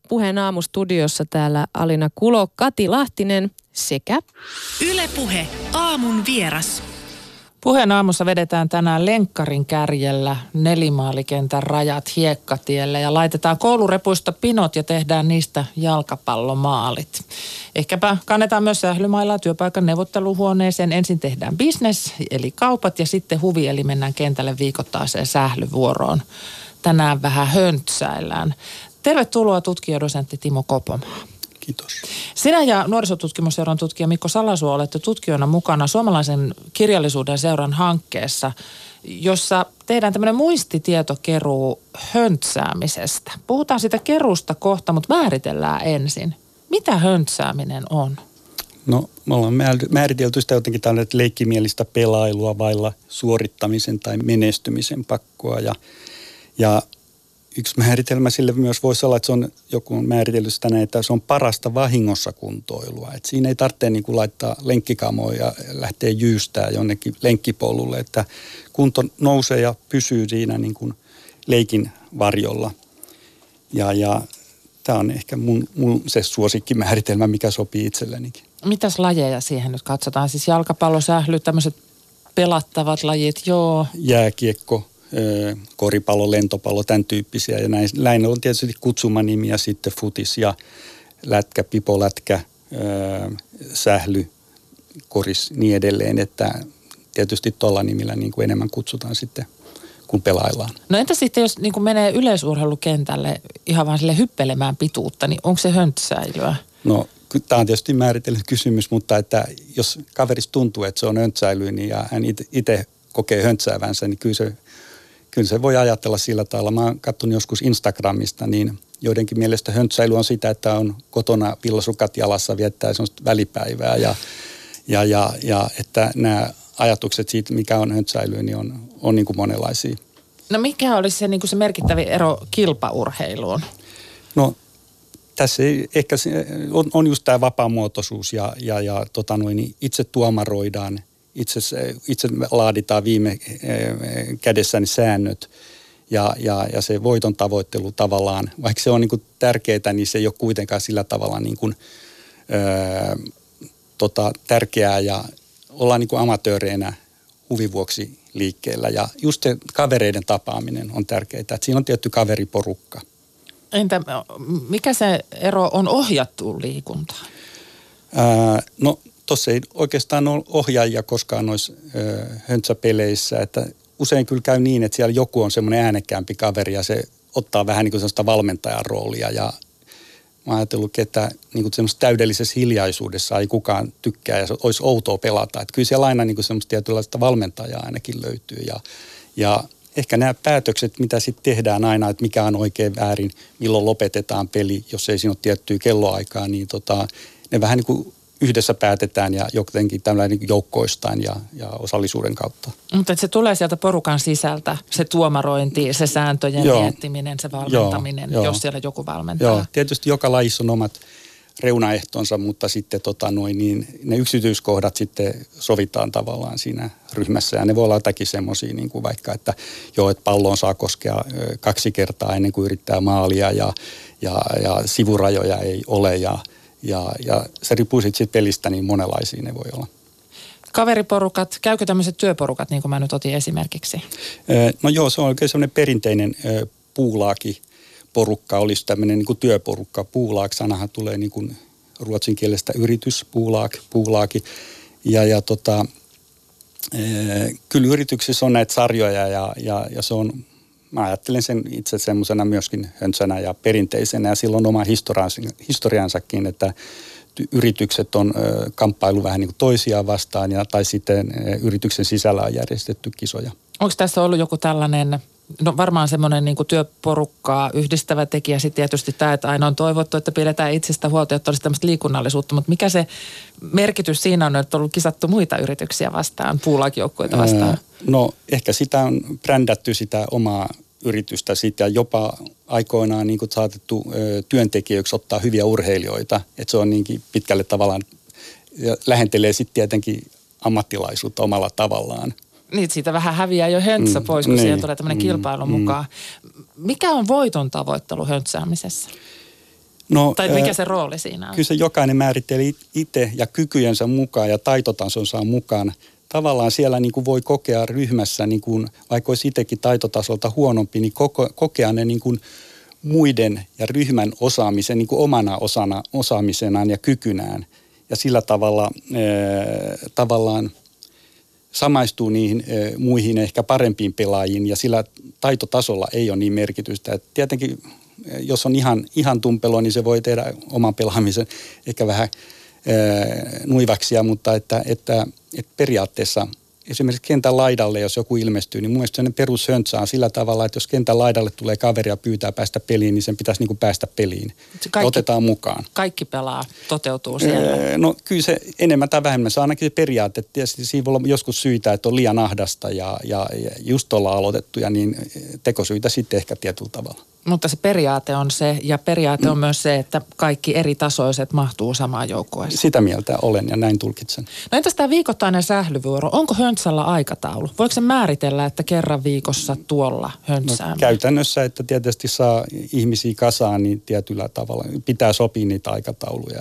Puheen aamustudiossa täällä Alina Kulo, Kati Lahtinen sekä Yle Puhe, aamun vieras. Puheen aamussa vedetään tänään lenkkarin kärjellä Nelimaalikentän rajat hiekkatielle ja laitetaan koulurepuista pinot ja tehdään niistä jalkapallomaalit. Ehkäpä kannetaan myös sählymailaa työpaikan neuvotteluhuoneeseen. Ensin tehdään business eli kaupat ja sitten huvi eli mennään kentälle viikoittaiseen sählyvuoroon. Tänään vähän höntsäillään. Tervetuloa tutkijadosentti Timo Kopomaa. Kiitos. Sinä ja nuorisotutkimusseuran tutkija Mikko Salasuo olette tutkijoina mukana suomalaisen kirjallisuuden seuran hankkeessa, jossa tehdään tämmöinen muistitietokeruu höntsäämisestä. Puhutaan siitä keruusta kohta, mutta määritellään ensin. Mitä höntsääminen on? No, me ollaan määritelty sitä jotenkin tällainen leikkimielistä pelailua vailla suorittamisen tai menestymisen pakkoa ja yksi määritelmä sille myös voisi olla, että se on, joku on määritellyt sitä näin, että se on parasta vahingossa kuntoilua. Että siinä ei tarvitse niin kuin laittaa lenkkikamoja ja lähteä jyystää jonnekin lenkkipolulle, että kunto nousee ja pysyy siinä niin kuin leikin varjolla. Ja tämä on ehkä mun se suosikkimääritelmä, mikä sopii itsellenikin. Mitäs lajeja siihen nyt katsotaan? Siis jalkapallo, sähly, tämmöiset pelattavat lajit, joo. Jääkiekko. Koripallo, lentopallo, tämän tyyppisiä. Ja näin on tietysti kutsumanimiä sitten futis ja lätkä, pipolätkä, sähly, koris, niin edelleen. Että tietysti tuolla nimillä niin kuin enemmän kutsutaan sitten, kun pelaillaan. No entä sitten, jos niin kuin menee yleisurheilukentälle ihan vaan sille hyppelemään pituutta, niin onko se höntsäilyä? No tämä on tietysti määritellyt kysymys, mutta että jos kaverista tuntuu, että se on höntsäilyä, niin ja hän itse kokee höntsäävänsä, niin kyllä se voi ajatella sillä tavalla. Mä oon katsonut joskus Instagramista, niin joidenkin mielestä höntsäily on sitä, että on kotona villasukat jalassa, viettää semmoista välipäivää ja että nämä ajatukset siitä, mikä on höntsäily, niin on niin kuin monenlaisia. No mikä olisi se, niin kuin se merkittävin ero kilpaurheiluun? No tässä ehkä on just tämä vapaamuotoisuus ja itse tuomaroidaan. Itse laaditaan viime kädessäni säännöt ja se voiton tavoittelu tavallaan, vaikka se on niin kuin tärkeää, niin se ei ole kuitenkaan sillä tavalla niin kuin, tärkeää ja ollaan niin kuin amatööreinä huvin vuoksi liikkeellä. Ja just se kavereiden tapaaminen on tärkeää, että siinä on tietty kaveriporukka. Entä mikä se ero on ohjattuun liikuntaan? No tuossa ei oikeastaan ole ohjaajia koskaan noissa höntsäpeleissä, että usein kyllä käy niin, että siellä joku on semmoinen äänekkäämpi kaveri ja se ottaa vähän niin kuin sellaista valmentajan roolia ja mä oon ajatellut, että niin kuin semmoisessa täydellisessä hiljaisuudessa ei kukaan tykkää ja se olisi outoa pelata. Että kyllä siellä aina niin kuin semmoista tietynlaista valmentajaa ainakin löytyy ja ehkä nämä päätökset, mitä sitten tehdään aina, että mikä on oikein väärin, milloin lopetetaan peli, jos ei siinä ole tiettyä kelloaikaa, niin ne vähän niin kuin yhdessä päätetään ja jotenkin tämmöinen joukkoistaan ja osallisuuden kautta. Mutta se tulee sieltä porukan sisältä, se tuomarointi, se sääntöjen miettiminen, se valmentaminen, jos siellä joku valmentaa. Joo, tietysti joka lajissa on omat reunaehtonsa, mutta sitten niin ne yksityiskohdat sitten sovitaan tavallaan siinä ryhmässä. Ja ne voi olla jotakin semmoisia, niin kuin vaikka, että palloon saa koskea 2 kertaa ennen kuin yrittää maalia ja sivurajoja ei ole ja se riippuu sitten pelistä, niin monenlaisia ne voi olla. Kaveriporukat, käykö tämmöiset työporukat, niin kuin mä nyt otin esimerkiksi? No joo, se on oikein semmoinen perinteinen puulaaki-porukka, olisi tämmöinen niin kuin työporukka. Puulaak-sanahan tulee niin kuin ruotsin kielestä yritys, puulaaki. Kyllä yrityksissä on näitä sarjoja ja se on, mä ajattelen sen itse semmoisena myöskin höntsänä ja perinteisenä ja silloin oma historiansakin, että yritykset on kamppailu vähän niin kuin toisiaan vastaan tai sitten yrityksen sisällä on järjestetty kisoja. Onko tässä ollut joku tällainen, no varmaan semmoinen niin kuin työporukkaa yhdistävä tekijä sitten tietysti tämä, että aina on toivottu, että pidetään itsestä huolta, jotta olisi tämmöistä liikunnallisuutta, mutta mikä se merkitys siinä on, että on ollut kisattu muita yrityksiä vastaan, puulakijoukkueita vastaan? No ehkä sitä on brändätty sitä omaa yritystä siitä ja jopa aikoinaan niin kuin saatettu työntekijöiksi ottaa hyviä urheilijoita, että se on niinkin pitkälle tavallaan ja lähentelee sitten tietenkin ammattilaisuutta omalla tavallaan. Niin, siitä vähän häviää jo höntsä pois, kun siihen tulee tämmöinen kilpailu mukaan. Mikä on voiton tavoittelu höntsäämisessä? No, Tai mikä se rooli siinä on? Kyllä se jokainen määritteli itse ja kykyjensä mukaan ja taitotasonsa mukaan. Tavallaan siellä niin kuin voi kokea ryhmässä, niin kuin, vaikka olisi itsekin taitotasolta huonompi, niin kokea ne niin kuin muiden ja ryhmän osaamisen niin kuin omana osaamisenaan ja kykynään. Ja sillä tavallaan samaistuu niihin muihin ehkä parempiin pelaajiin ja sillä taitotasolla ei ole niin merkitystä. Et tietenkin jos on ihan tumpelo, niin se voi tehdä oman pelaamisen ehkä vähän nuivaksia, mutta että periaatteessa esimerkiksi kentän laidalle, jos joku ilmestyy, niin mun mielestä sellainen perushöntsä on sillä tavalla, että jos kentän laidalle tulee kaveri ja pyytää päästä peliin, niin sen pitäisi niin kuin päästä peliin. Otetaan mukaan. Kaikki pelaa, toteutuu siellä. No kyllä se enemmän tai vähemmän, se on ainakin se periaate. Tietysti siinä voi olla joskus syitä, että on liian ahdasta ja just ollaan aloitettu ja niin tekosyitä sitten ehkä tietyllä tavalla. Mutta se periaate on se, ja periaate on myös se, että kaikki eri tasoiset mahtuu samaan joukkueeseen. Sitä mieltä olen ja näin tulkitsen. No entäs tämä viikoittainen sählyvuoro? Onko höntsällä aikataulu? Voiko se määritellä, että kerran viikossa tuolla höntsäämään? No, käytännössä, että tietysti saa ihmisiä kasaan, niin tietyllä tavalla pitää sopia niitä aikatauluja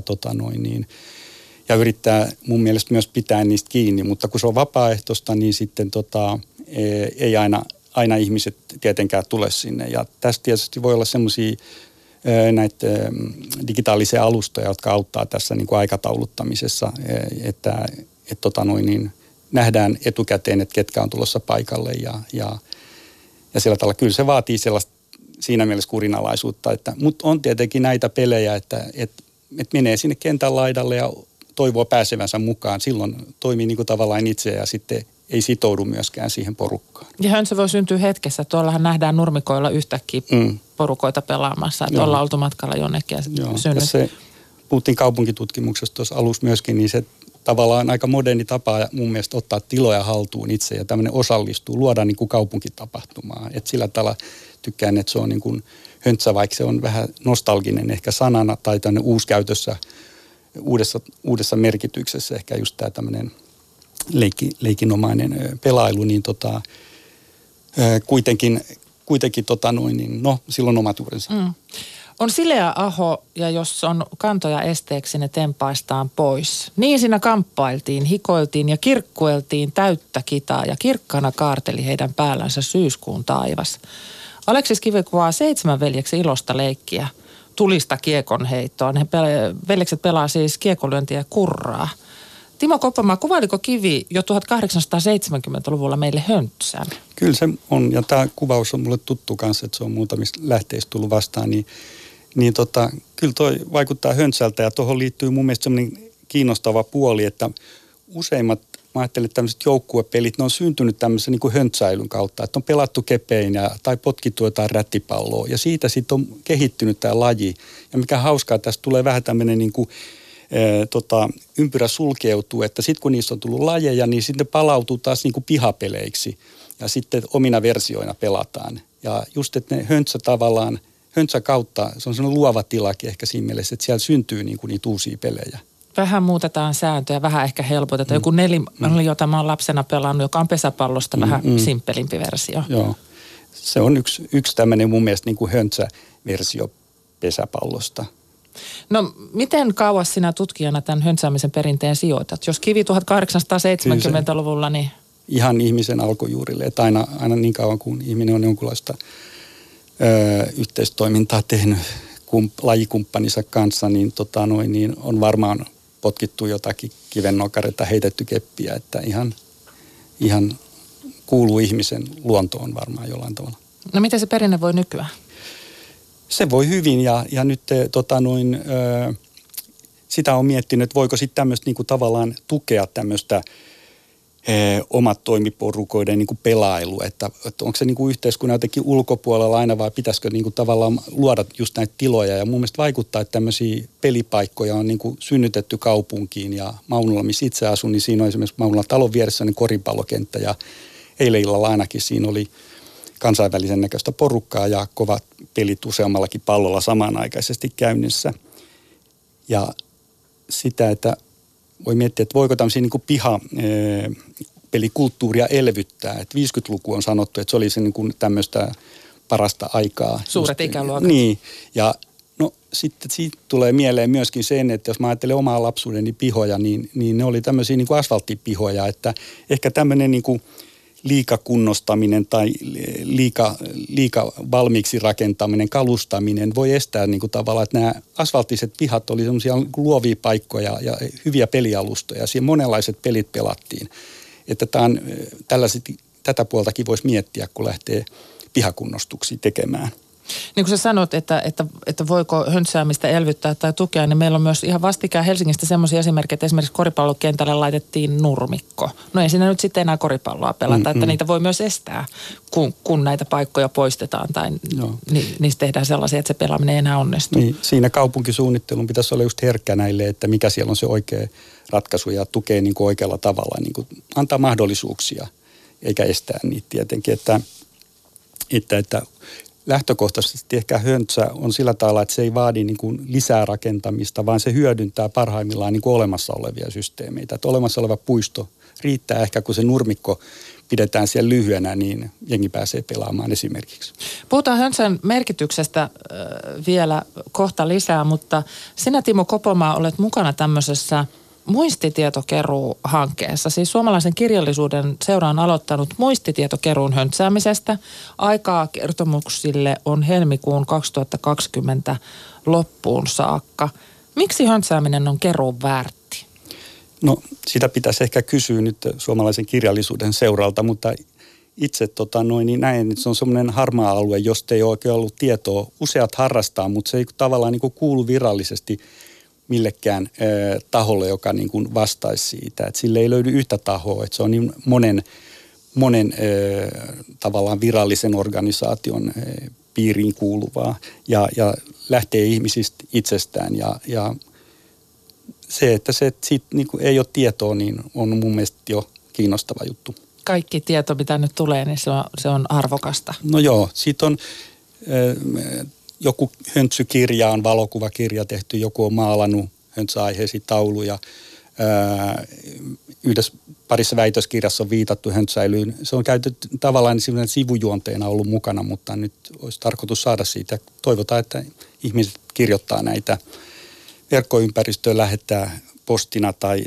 ja yrittää mun mielestä myös pitää niistä kiinni. Mutta kun se on vapaaehtoista, niin sitten ei aina ihmiset tietenkään tule sinne. Ja tässä tietysti voi olla semmoisia näitä digitaalisia alustoja, jotka auttaa tässä niin kuin aikatauluttamisessa, että nähdään etukäteen, että ketkä on tulossa paikalle ja sillä tavalla kyllä se vaatii sellaista siinä mielessä kurinalaisuutta, mutta on tietenkin näitä pelejä, että menee sinne kentän laidalle ja toivoo pääsevänsä mukaan. Silloin toimii niin kuin tavallaan itse ja sitten ei sitoudu myöskään siihen porukkaan. Ja hönsä voi syntyä hetkessä. Tuollahan nähdään nurmikoilla yhtäkkiä porukoita pelaamassa, että ollaan oltu matkalla jonnekin ja synnyt. Puhuttiin kaupunkitutkimuksesta tuossa alussa myöskin, niin se tavallaan on aika moderni tapa mun mielestä ottaa tiloja haltuun itse ja tämmöinen osallistuu, luoda niin kuin kaupunkitapahtumaa. Et sillä tavalla tykkään, että se on niin kuin höntsä, vaikka se on vähän nostalginen ehkä sanana tai tämmöinen uuskäytössä, uudessa merkityksessä ehkä just tämä tämmöinen leikinomainen pelailu, niin kuitenkin silloin omat juurensa. On sileä aho ja jos on kantoja esteeksi, ne tempaistaan pois. Niin siinä kamppailtiin, hikoiltiin ja kirkkueltiin täyttä kitaa ja kirkkana kaarteli heidän päällänsä syyskuun taivas. Aleksis Kivi kuvaa 7 veljeksi ilosta leikkiä, tulista kiekonheittoa. Veljekset pelaa siis kiekonlyöntiä ja kurraa. Timo Koppamaa, kuvailiko Kivi jo 1870-luvulla meille höntsän? Kyllä se on, ja tämä kuvaus on mulle tuttu kanssa, että se on muutamista lähteistä tullut vastaan, kyllä toi vaikuttaa höntsältä, ja tuohon liittyy mun mielestä semmoinen kiinnostava puoli, että useimmat, mä ajattelen, että tämmöiset joukkuepelit, ne on syntynyt tämmöisen niin kuin höntsäilyn kautta, että on pelattu kepein tai potkittu jotain rättipalloa, ja siitä sitten on kehittynyt tämä laji, ja mikä hauskaa, tästä tulee vähän tämmöinen niin kuin ympyrä sulkeutuu, että sitten kun niistä on tullut lajeja, niin sitten palautuu taas niin kuin pihapeleiksi ja sitten omina versioina pelataan. Ja just, että ne höntsä kautta, se on sellainen luova tilakin ehkä siinä mielessä, että siellä syntyy niin kuin niitä uusia pelejä. Vähän muutetaan sääntöjä, vähän ehkä helpotetaan. Joku jota mä oon lapsena pelannut, joka on pesäpallosta vähän simppelimpi versio. Joo, se on yksi tämmöinen mun mielestä niin kuin höntsä-versio pesäpallosta. No miten kauas sinä tutkijana tämän höntsäämisen perinteen sijoitat? Jos Kivi 1870-luvulla, niin... Ihan ihmisen alkujuurille, että aina niin kauan kuin ihminen on jonkunlaista yhteistoimintaa tehnyt lajikumppaninsa kanssa, niin on varmaan potkittu jotakin kivennokareita, heitetty keppiä, että ihan kuuluu ihmisen luontoon varmaan jollain tavalla. No miten se perinne voi nykyään? Se voi hyvin ja nyt sitä on miettinyt, että voiko sitten tämmöistä niinku tavallaan tukea tämmöistä omat toimiporukoiden niinku pelailu, että onko se niinku yhteiskunnan jotenkin ulkopuolella aina vai pitäisikö niinku tavallaan luoda just näitä tiloja ja mun mielestä vaikuttaa, että tämmöisiä pelipaikkoja on niinku synnytetty kaupunkiin ja Maunulla, missä itse asun, niin siinä on esimerkiksi Maunulla talon vieressä niin koripallokenttä ja eilen illalla ainakin siinä oli kansainvälisen näköistä porukkaa ja kovat pelit useammallakin pallolla samanaikaisesti käynnissä. Ja sitä, että voi miettiä, että voiko tämmöisiä niin kuin pihapelikulttuuria elvyttää. Että 50-luku on sanottu, että se oli se niin kuin tämmöistä parasta aikaa. Suuret ikäluokat. Niin, ja No sitten siitä tulee mieleen myöskin sen, että jos mä ajattelen omaa lapsuudeni pihoja, niin ne oli tämmöisiä niin kuin asfalttipihoja, että ehkä tämmöinen niin kuin liikakunnostaminen tai liika valmiiksi rakentaminen, kalustaminen voi estää niin kuin tavallaan, että nämä asfalttiset pihat oli semmoisia luovia paikkoja ja hyviä pelialustoja. Siinä monenlaiset pelit pelattiin. Että tätä puoltakin voisi miettiä, kun lähtee pihakunnostuksia tekemään. Niin kuin sä sanot, että voiko höntsäämistä elvyttää tai tukea, niin meillä on myös ihan vastikään Helsingistä semmoisia esimerkkejä, että esimerkiksi koripallokentälle laitettiin nurmikko. No ei siinä nyt sitten enää koripalloa pelata, että niitä voi myös estää, kun näitä paikkoja poistetaan tai niistä tehdään sellaisia, että se pelaaminen ei enää onnistu. Niin, siinä kaupunkisuunnittelun pitäisi olla just herkkä näille, että mikä siellä on se oikea ratkaisu ja tukee niin kuin oikealla tavalla, niin kuin antaa mahdollisuuksia eikä estää niitä tietenkin, että lähtökohtaisesti ehkä höntsä on sillä tavalla, että se ei vaadi niin kuin lisää rakentamista, vaan se hyödyntää parhaimmillaan niin kuin olemassa olevia systeemeitä. Että olemassa oleva puisto riittää ehkä, kun se nurmikko pidetään siellä lyhyenä, niin jengi pääsee pelaamaan esimerkiksi. Puhutaan höntsän merkityksestä vielä kohta lisää, mutta sinä Timo Kopomaa olet mukana tämmöisessä muistitietokeruu-hankkeessa. Siis Suomalaisen kirjallisuuden seura on aloittanut muistitietokeruun höntsäämisestä. Aikaa kertomuksille on helmikuun 2020 loppuun saakka. Miksi höntsääminen on keruun väärti? No sitä pitäisi ehkä kysyä nyt Suomalaisen kirjallisuuden seuralta, mutta itse niin näen, että se on semmoinen harmaa alue, josta ei ole oikein ollut tietoa. Useat harrastaa, mutta se ei tavallaan niin kuin kuulu virallisesti millekään taholle, joka niin kuin vastaisi siitä. Että sille ei löydy yhtä tahoa, että se on niin monen tavallaan virallisen organisaation piiriin kuuluvaa ja lähtee ihmisistä itsestään. Ja se, että siitä niin kuin ei ole tietoa, niin on mun mielestä jo kiinnostava juttu. Kaikki tieto, mitä nyt tulee, niin se on arvokasta. No joo, siitä on joku höntsykirja on valokuvakirja tehty, joku on maalannut höntsäaiheisia tauluja. Yhdessä parissa väitöskirjassa on viitattu höntsäilyyn. Se on käytetty tavallaan sivujuonteena ollut mukana, mutta nyt olisi tarkoitus saada siitä. Toivotaan, että ihmiset kirjoittaa näitä verkkoympäristöön, lähettää postina tai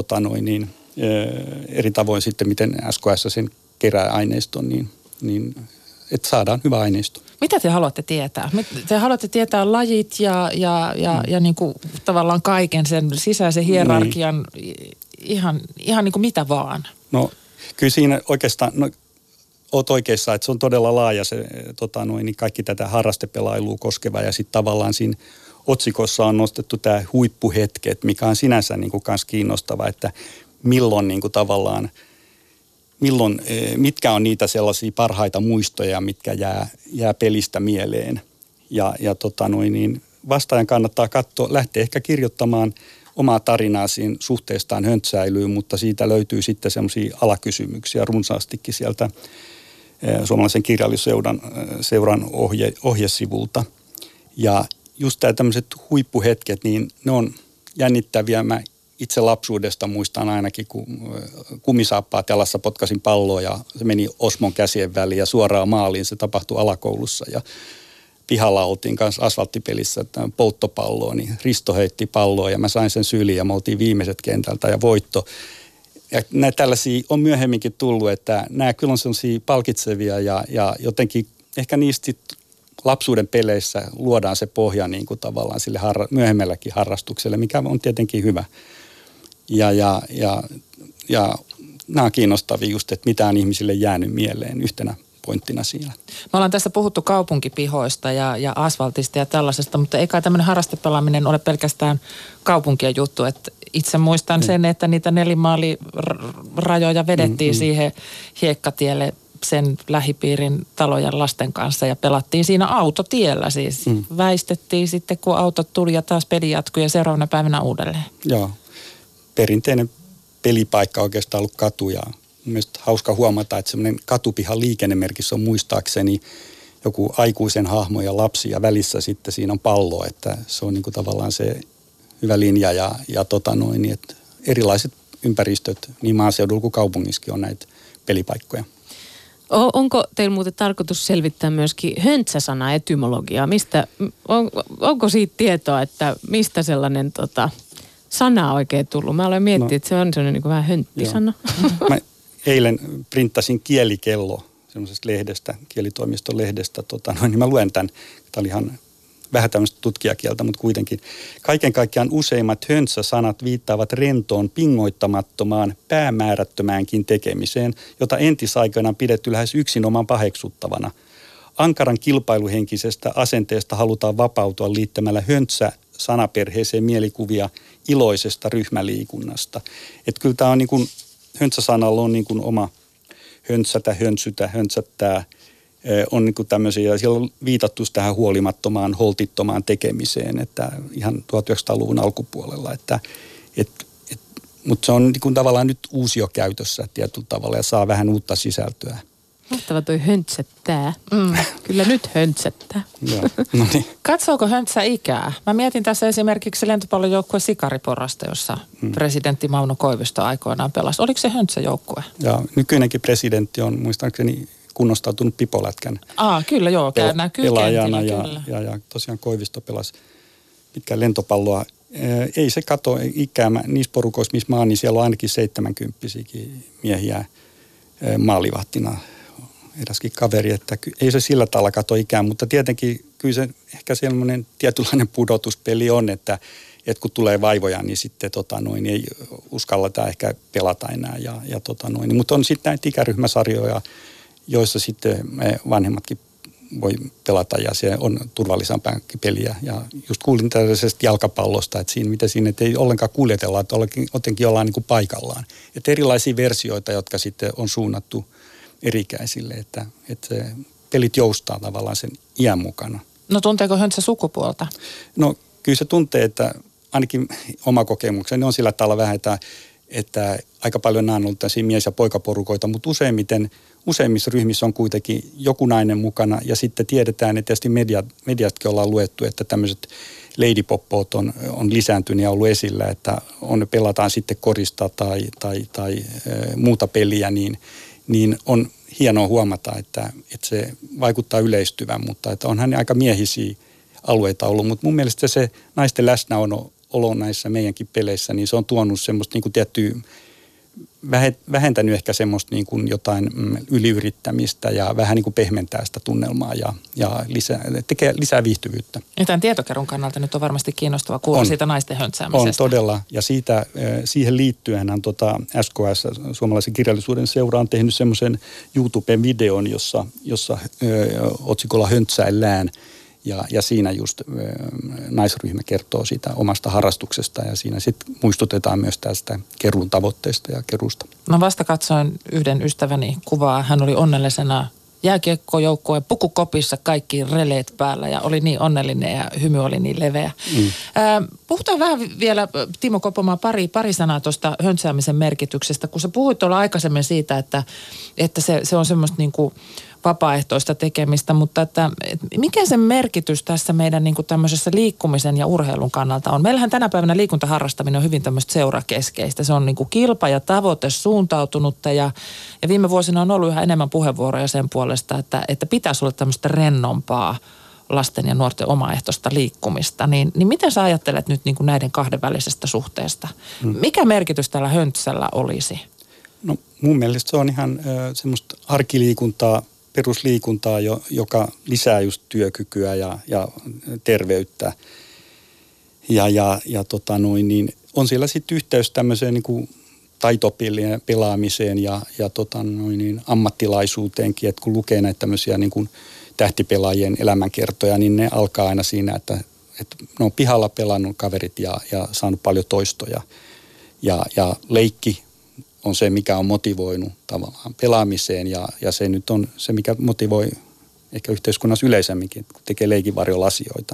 eri tavoin sitten, miten SKS sen kerää aineiston, niin että saadaan hyvä aineisto. Mitä te haluatte tietää? Te haluatte tietää lajit ja niin kuin tavallaan kaiken sen sisäisen hierarkian, ihan niin kuin mitä vaan? No kyllä siinä oikeastaan, oot oikeassa, että se on todella laaja se niin kaikki tätä harrastepelailua koskeva ja sitten tavallaan siinä otsikossa on nostettu tämä huippuhetket, mikä on sinänsä niin kuin kans kiinnostava, että milloin niin kuin tavallaan mitkä on niitä sellaisia parhaita muistoja, mitkä jää pelistä mieleen. Niin vastaajan kannattaa lähteä ehkä kirjoittamaan omaa tarinaa siinä suhteestaan höntsäilyyn, mutta siitä löytyy sitten semmoisia alakysymyksiä runsaastikin sieltä Suomalaisen kirjallisuusseuran ohjesivulta. Ja just tämä tämmöiset huippuhetket, niin ne on jännittäviä. Mä itse lapsuudesta muistan ainakin, kun kumisaappaat jalassa potkasin palloa ja se meni Osmon käsien väliin ja suoraan maaliin. Se tapahtui alakoulussa ja pihalla oltiin kanssa asfalttipelissä polttopalloa, niin Risto heitti palloa ja mä sain sen syliin ja me oltiin viimeiset kentältä ja voitto. Ja näitä tällaisia on myöhemminkin tullut, että nämä kyllä on sellaisia palkitsevia ja jotenkin ehkä niistä lapsuuden peleissä luodaan se pohja niin kuin tavallaan sille myöhemmälläkin harrastukselle, mikä on tietenkin hyvä. Ja nämä on kiinnostavia just, että mitä on ihmisille jäänyt mieleen yhtenä pointtina siinä. Me ollaan tässä puhuttu kaupunkipihoista ja asfaltista ja tällaisesta, mutta ei kai tämmöinen harrastepelaaminen ole pelkästään kaupunkien juttu. Että itse muistan sen, että niitä nelimaalirajoja vedettiin siihen hiekkatielle sen lähipiirin talojen lasten kanssa ja pelattiin siinä autotiellä siis. Väistettiin sitten, kun autot tuli ja taas peli jatkui ja seuraavana päivänä uudelleen. Joo, perinteinen pelipaikka oikeastaan ollut katu ja mielestäni hauska huomata, että semmoinen katupihan liikennemerkissä on muistaakseni joku aikuisen hahmo ja lapsi ja välissä sitten siinä on pallo, että se on niin kuin tavallaan se hyvä linja niin että erilaiset ympäristöt niin maaseudulla kuin kaupungissakin on näitä pelipaikkoja. Onko teillä muuten tarkoitus selvittää myöskin höntsäsana etymologiaa? Onko siitä tietoa, että mistä sellainen sana oikein tullut? Mä olen miettinyt, että se on sellainen niin kuin vähän hönttisana. Mä eilen printtasin Kielikello semmoisesta lehdestä, kielitoimiston lehdestä. Niin mä luen tämän. Tämä oli ihan vähän tämmöistä tutkijakieltä, mutta kuitenkin. Kaiken kaikkiaan useimmat höntsäsanat viittaavat rentoon, pingoittamattomaan, päämäärättömäänkin tekemiseen, jota entisaikoina on pidetty lähes yksinomaan paheksuttavana. Ankaran kilpailuhenkisestä asenteesta halutaan vapautua liittämällä höntsä-sanaperheeseen mielikuvia iloisesta ryhmäliikunnasta. Että kyllä tämä on niin kuin, höntsäsanalla on niin kuin oma höntsätä, höntsytä, höntsättää, on niin kuin tämmöisiä, ja siellä on viitattu tähän huolimattomaan, holtittomaan tekemiseen, että ihan 1900-luvun alkupuolella, mutta se on niin kuin tavallaan nyt uusiokäytössä tietyllä tavalla ja saa vähän uutta sisältöä. Mahtava toi höntsättää. Kyllä nyt höntsättää. Joo, no niin. Katsooko höntsä ikää? Mä mietin tässä esimerkiksi lentopallojoukkue Sikariporrasta, jossa presidentti Mauno Koivisto aikoinaan pelasi. Oliko se höntsäjoukkue? Ja nykyinenkin presidentti on muistaakseni kunnostautunut pipolätkän kyllä joo, näkyy pelaajana kentillä, ja tosiaan Koivisto pelasi pitkään lentopalloa. Ei se kato ikää. Niissä porukoissa, missä mä oon, niin siellä on ainakin 70-vuotiaitakin miehiä maalivahtina. Eräskin kaveri, että ei se sillä tavalla kato ikään, mutta tietenkin kyllä se ehkä sellainen tietynlainen pudotuspeli on, että kun tulee vaivoja, niin sitten ei uskalleta ehkä pelata enää. Mutta on sitten näitä ikäryhmäsarjoja, joissa sitten vanhemmatkin voi pelata ja se on turvallisempaakin peliä. Ja just kuulin tällaisesta jalkapallosta, että miten siinä ei ollenkaan kuljetella, että jotenkin ollaan niin kuin paikallaan. Että erilaisia versioita, jotka sitten on suunnattu eri-ikäisille, että se pelit joustaa tavallaan sen iän mukana. No tunteeko höntsä sukupuolta? No kyllä se tuntee, että ainakin oma kokemukseni on sillä tavalla vähän, että aika paljon nämä on ollut tällaisia mies- ja poikaporukoita, mutta useimmissa ryhmissä on kuitenkin joku nainen mukana ja sitten tiedetään, että tietysti mediastakin ollaan luettu, että tämmöiset ladyboppoot on lisääntynyt ja ollut esillä, että pelataan sitten korista tai muuta peliä, niin on hienoa huomata, että se vaikuttaa yleistyvän, mutta että onhan ne aika miehisiä alueita ollut. Mutta mun mielestä se naisten läsnäolo näissä meidänkin peleissä, niin se on tuonut semmoista niin kuin tiettyä, vähentänyt ehkä semmoista niin kuin jotain yliyrittämistä ja vähän niin kuin pehmentää sitä tunnelmaa ja tekee lisää viihtyvyyttä. Ja tämän tietokerun kannalta nyt on varmasti kiinnostava kuulla siitä naisten höntsäämisestä. On todella. Ja siihen liittyenhän SKS, Suomalaisen kirjallisuuden seura, on tehnyt semmoisen YouTuben videon, jossa otsikolla Höntsäillään. Ja siinä just naisryhmä kertoo siitä omasta harrastuksesta ja siinä sitten muistutetaan myös tästä keruun tavoitteesta ja keruusta. No vasta katsoin yhden ystäväni kuvaa. Hän oli onnellisena jääkiekkojoukkueen pukukopissa, kaikki releet päällä ja oli niin onnellinen ja hymy oli niin leveä. Puhutaan vähän vielä, Timo Kopomaa, pari sanaa tuosta höntsäämisen merkityksestä. Kun sä puhuit tuolla aikaisemmin siitä, että se on semmoista niin kuin vapaaehtoista tekemistä, mutta että mikä sen merkitys tässä meidän niin kuin tämmöisessä liikkumisen ja urheilun kannalta on? Meillähän tänä päivänä liikuntaharrastaminen on hyvin tämmöistä seurakeskeistä. Se on niin kuin kilpa ja tavoite suuntautunutta ja viime vuosina on ollut yhä enemmän puheenvuoroja sen puolesta, että pitäisi olla tämmöistä rennompaa lasten ja nuorten omaehtoista liikkumista. Niin miten sä ajattelet nyt niin kuin näiden kahden välisestä suhteesta? Mikä merkitys tällä höntsällä olisi? No mun mielestä se on ihan semmoista arkiliikuntaa, perusliikuntaa, joka lisää just työkykyä ja terveyttä. Niin on siellä sitten yhteys tämmöiseen niin kuin taitopelien pelaamiseen ja ammattilaisuuteenkin, että kun lukee näitä tämmöisiä niin kuin tähtipelaajien elämänkertoja, niin ne alkaa aina siinä, että ne on pihalla pelannut kaverit ja saanut paljon toistoja. Ja leikki on se, mikä on motivoinut tavallaan pelaamiseen ja se nyt on se, mikä motivoi ehkä yhteiskunnassa yleisemminkin, kun tekee leikin varjolla asioita.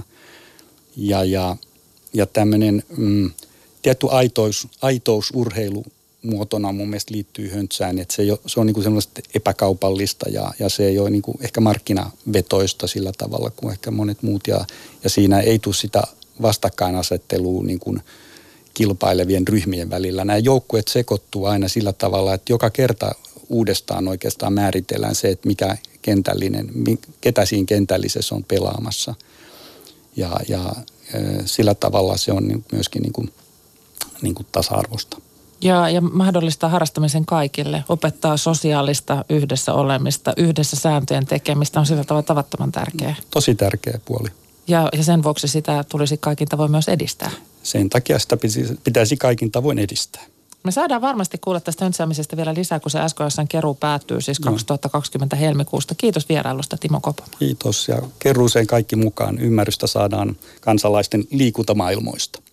Ja tämmöinen tietty aitous urheilumuotona mun mielestä liittyy höntsään, että se on niin kuin semmoista epäkaupallista ja se ei ole niin kuin ehkä markkinavetoista sillä tavalla kuin ehkä monet muut ja siinä ei tule sitä vastakkainasettelua niin kuin kilpailevien ryhmien välillä. Nämä joukkueet sekoittuu aina sillä tavalla, että joka kerta uudestaan oikeastaan määritellään se, että mikä kentällinen, ketä siinä kentällisessä on pelaamassa. Ja sillä tavalla se on myöskin niin kuin tasa-arvosta. Ja mahdollistaa harrastamisen kaikille, opettaa sosiaalista yhdessä olemista, yhdessä sääntöjen tekemistä on sillä tavalla tavattoman tärkeää. Tosi tärkeä puoli. Ja sen vuoksi sitä tulisi kaikin tavoin myös edistää. Sen takia sitä pitäisi kaikin tavoin edistää. Me saadaan varmasti kuulla tästä höntsäämisestä vielä lisää, kun se SKS:n keruu päättyy siis 2020 helmikuusta. Kiitos vierailusta, Timo Kopomaa. Kiitos ja keruuseen kaikki mukaan. Ymmärrystä saadaan kansalaisten liikuntamaailmoista.